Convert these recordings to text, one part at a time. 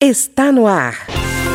Está no ar.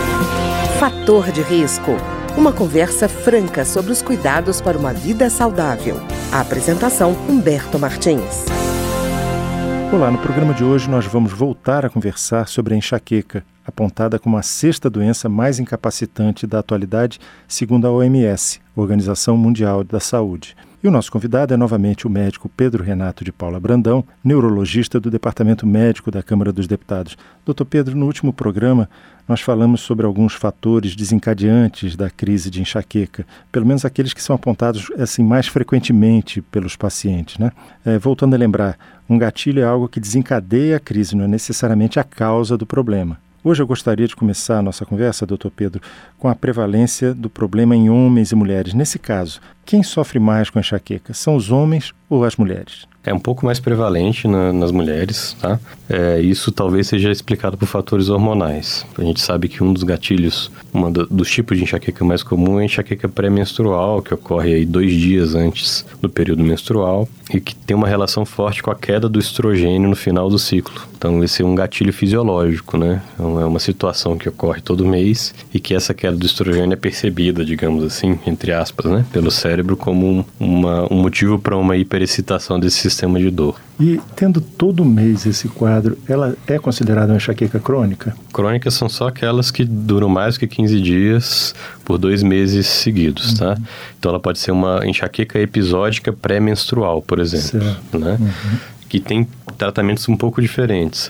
Fator de risco. Uma conversa franca sobre os cuidados para uma vida saudável. A apresentação, Humberto Martins. Olá, no programa de hoje nós vamos voltar a conversar sobre a enxaqueca, apontada como a sexta doença mais incapacitante da atualidade, segundo a OMS, Organização Mundial da Saúde. E o nosso convidado é novamente o médico Pedro Renato de Paula Brandão, neurologista do Departamento Médico da Câmara dos Deputados. Doutor Pedro, no último programa nós falamos sobre alguns fatores desencadeantes da crise de enxaqueca, pelo menos aqueles que são apontados assim, mais frequentemente pelos pacientes, né? Voltando a lembrar, um gatilho é algo que desencadeia a crise, não é necessariamente a causa do problema. Hoje eu gostaria de começar a nossa conversa, doutor Pedro, com a prevalência do problema em homens e mulheres. Nesse caso, quem sofre mais com a enxaqueca? São os homens ou as mulheres? É um pouco mais prevalente nas mulheres, tá? Isso talvez seja explicado por fatores hormonais. A gente sabe que um dos gatilhos, dos tipos de enxaqueca mais comum é a enxaqueca pré-menstrual, que ocorre aí 2 dias antes do período menstrual e que tem uma relação forte com a queda do estrogênio no final do ciclo. Então esse é um gatilho fisiológico, né? É uma situação que ocorre todo mês e que essa queda do estrogênio é percebida, digamos assim, entre aspas, né? Pelo cérebro como um motivo para uma hiperexcitação desse sistema de dor. E tendo todo mês esse quadro, ela é considerada uma enxaqueca crônica? Crônicas são só aquelas que duram mais que 15 dias por 2 meses seguidos, tá? Então ela pode ser uma enxaqueca episódica pré-menstrual, por exemplo, né? Que tem tratamentos um pouco diferentes.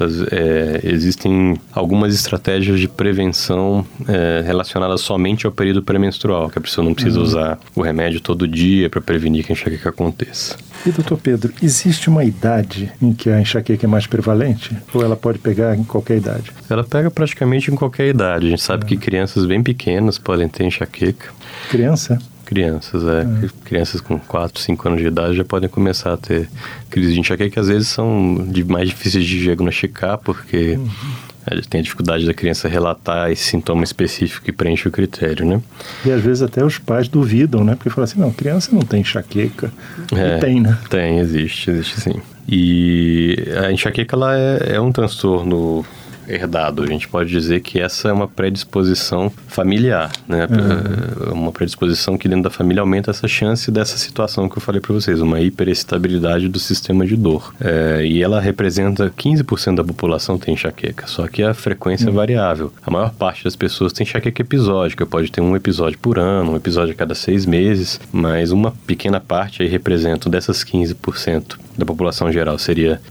Existem algumas estratégias de prevenção relacionadas somente ao período pré-menstrual, que a pessoa não precisa usar o remédio todo dia para prevenir que a enxaqueca aconteça. E, doutor Pedro, existe uma idade em que a enxaqueca é mais prevalente? Ou ela pode pegar em qualquer idade? Ela pega praticamente em qualquer idade. A gente sabe que crianças bem pequenas podem ter enxaqueca. Criança? Crianças, Crianças com 4, 5 anos de idade já podem começar a ter crise de enxaqueca, que às vezes são mais difíceis de diagnosticar, porque tem a dificuldade da criança relatar esse sintoma específico que preenche o critério, né? E às vezes até os pais duvidam, né? Porque falam assim, não, criança não tem enxaqueca. E tem, né? Tem, existe sim. E a enxaqueca, ela é um transtorno herdado. A gente pode dizer que essa é uma predisposição familiar, né? Uma predisposição que dentro da família aumenta essa chance dessa situação que eu falei para vocês, uma hiperexcitabilidade do sistema de dor. E ela representa 15% da população tem enxaqueca, só que a frequência é variável. A maior parte das pessoas tem enxaqueca episódica, pode ter um episódio por ano, um episódio a cada 6 meses, mas uma pequena parte aí representa dessas 15% da população geral, seria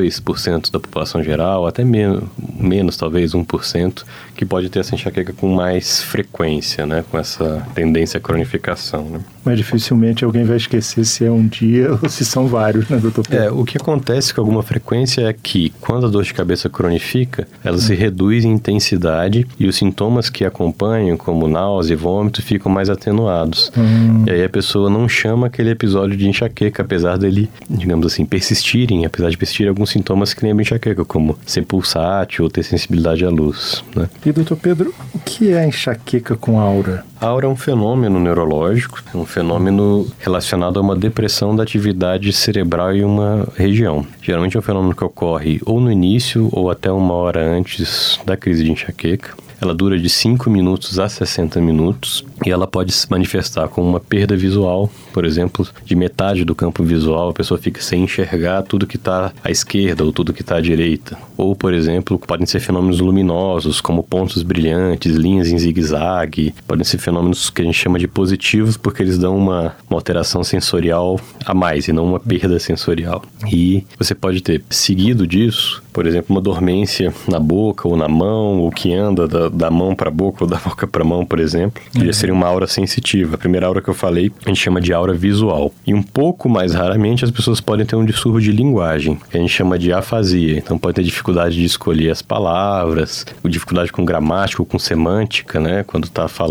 2% da população geral, até menos talvez 1%, que pode ter essa enxaqueca com mais frequência, né? Com essa tendência à cronificação, né? Mas dificilmente alguém vai esquecer se é um dia ou se são vários, né, doutor Pedro? O que acontece com alguma frequência é que, quando a dor de cabeça cronifica, ela se reduz em intensidade e os sintomas que acompanham, como náusea e vômito, ficam mais atenuados. E aí a pessoa não chama aquele episódio de enxaqueca, apesar dele, digamos assim, apesar de persistirem alguns sintomas que lembram enxaqueca, como ser pulsátil ou ter sensibilidade à luz, né? E, doutor Pedro, o que é a enxaqueca com aura? A aura é um fenômeno neurológico, é um fenômeno relacionado a uma depressão da atividade cerebral em uma região. Geralmente é um fenômeno que ocorre ou no início ou até 1 hora antes da crise de enxaqueca. Ela dura de 5 minutos a 60 minutos e ela pode se manifestar com uma perda visual, por exemplo, de metade do campo visual, a pessoa fica sem enxergar tudo que está à esquerda ou tudo que está à direita. Ou, por exemplo, podem ser fenômenos luminosos, como pontos brilhantes, linhas em zigue-zague. Podem ser fenômenos que a gente chama de positivos, porque eles dão uma alteração sensorial a mais e não uma perda sensorial. E você pode ter, seguido disso, por exemplo, uma dormência na boca ou na mão, ou que anda da mão para a boca ou da boca para a mão, por exemplo, que já seria uma aura sensitiva. A primeira aura que eu falei, a gente chama de aura visual. E um pouco mais raramente as pessoas podem ter um distúrbio de linguagem, que a gente chama de afasia. Então pode ter dificuldade de escolher as palavras, dificuldade com gramática ou com semântica, né, quando está falando.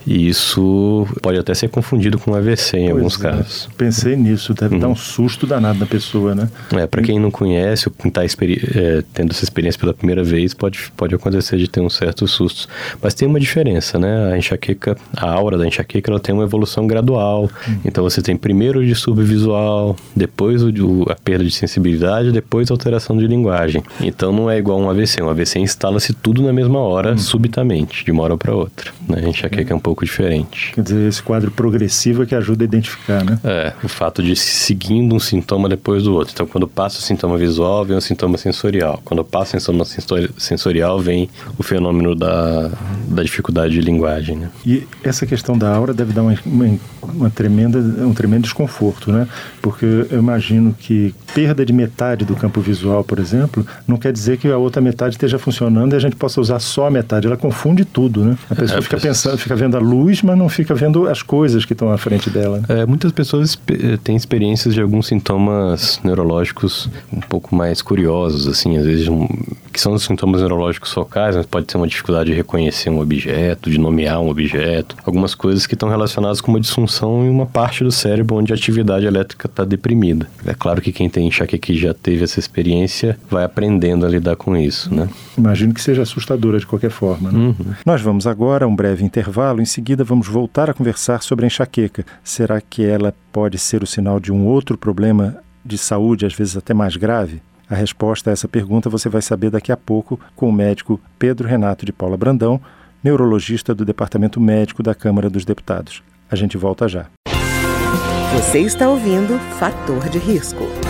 E isso pode até ser confundido com AVC em alguns casos. Pensei nisso, deve dar um susto danado na pessoa, né? Para quem não conhece, ou quem está tendo essa experiência pela primeira vez, pode acontecer de ter um certo susto. Mas tem uma diferença, né? A enxaqueca, a aura da enxaqueca, ela tem uma evolução gradual. Então você tem primeiro o distúrbio visual, depois a perda de sensibilidade, depois a alteração de linguagem. Então não é igual um AVC. Um AVC instala-se tudo na mesma hora, subitamente, de uma hora para outra. Né? A enxaqueca é um pouco diferente. Quer dizer, esse quadro progressivo é que ajuda a identificar, né? O fato de seguindo um sintoma depois do outro. Então, quando passa o sintoma visual, vem o sintoma sensorial. Quando passa o sintoma sensorial, vem o fenômeno da dificuldade de linguagem, né? E essa questão da aura deve dar um tremendo desconforto, né? Porque eu imagino que perda de metade do campo visual, por exemplo, não quer dizer que a outra metade esteja funcionando e a gente possa usar só a metade. Ela confunde tudo, né? A pessoa fica vendo a luz, mas não fica vendo as coisas que estão à frente dela. Muitas pessoas têm experiências de alguns sintomas neurológicos um pouco mais curiosos, assim, às vezes, que são os sintomas neurológicos focais, mas pode ser uma dificuldade de reconhecer um objeto, de nomear um objeto, algumas coisas que estão relacionadas com uma disfunção em uma parte do cérebro onde a atividade elétrica está deprimida. É claro que quem tem enxaqueca que já teve essa experiência vai aprendendo a lidar com isso, né? Imagino que seja assustadora de qualquer forma, né? Nós vamos agora a um breve intervalo, em seguida vamos voltar a conversar sobre a enxaqueca. Será que ela pode ser o sinal de um outro problema de saúde, às vezes até mais grave? A resposta a essa pergunta você vai saber daqui a pouco com o médico Pedro Renato de Paula Brandão, neurologista do Departamento Médico da Câmara dos Deputados. A gente volta já. Você está ouvindo Fator de Risco.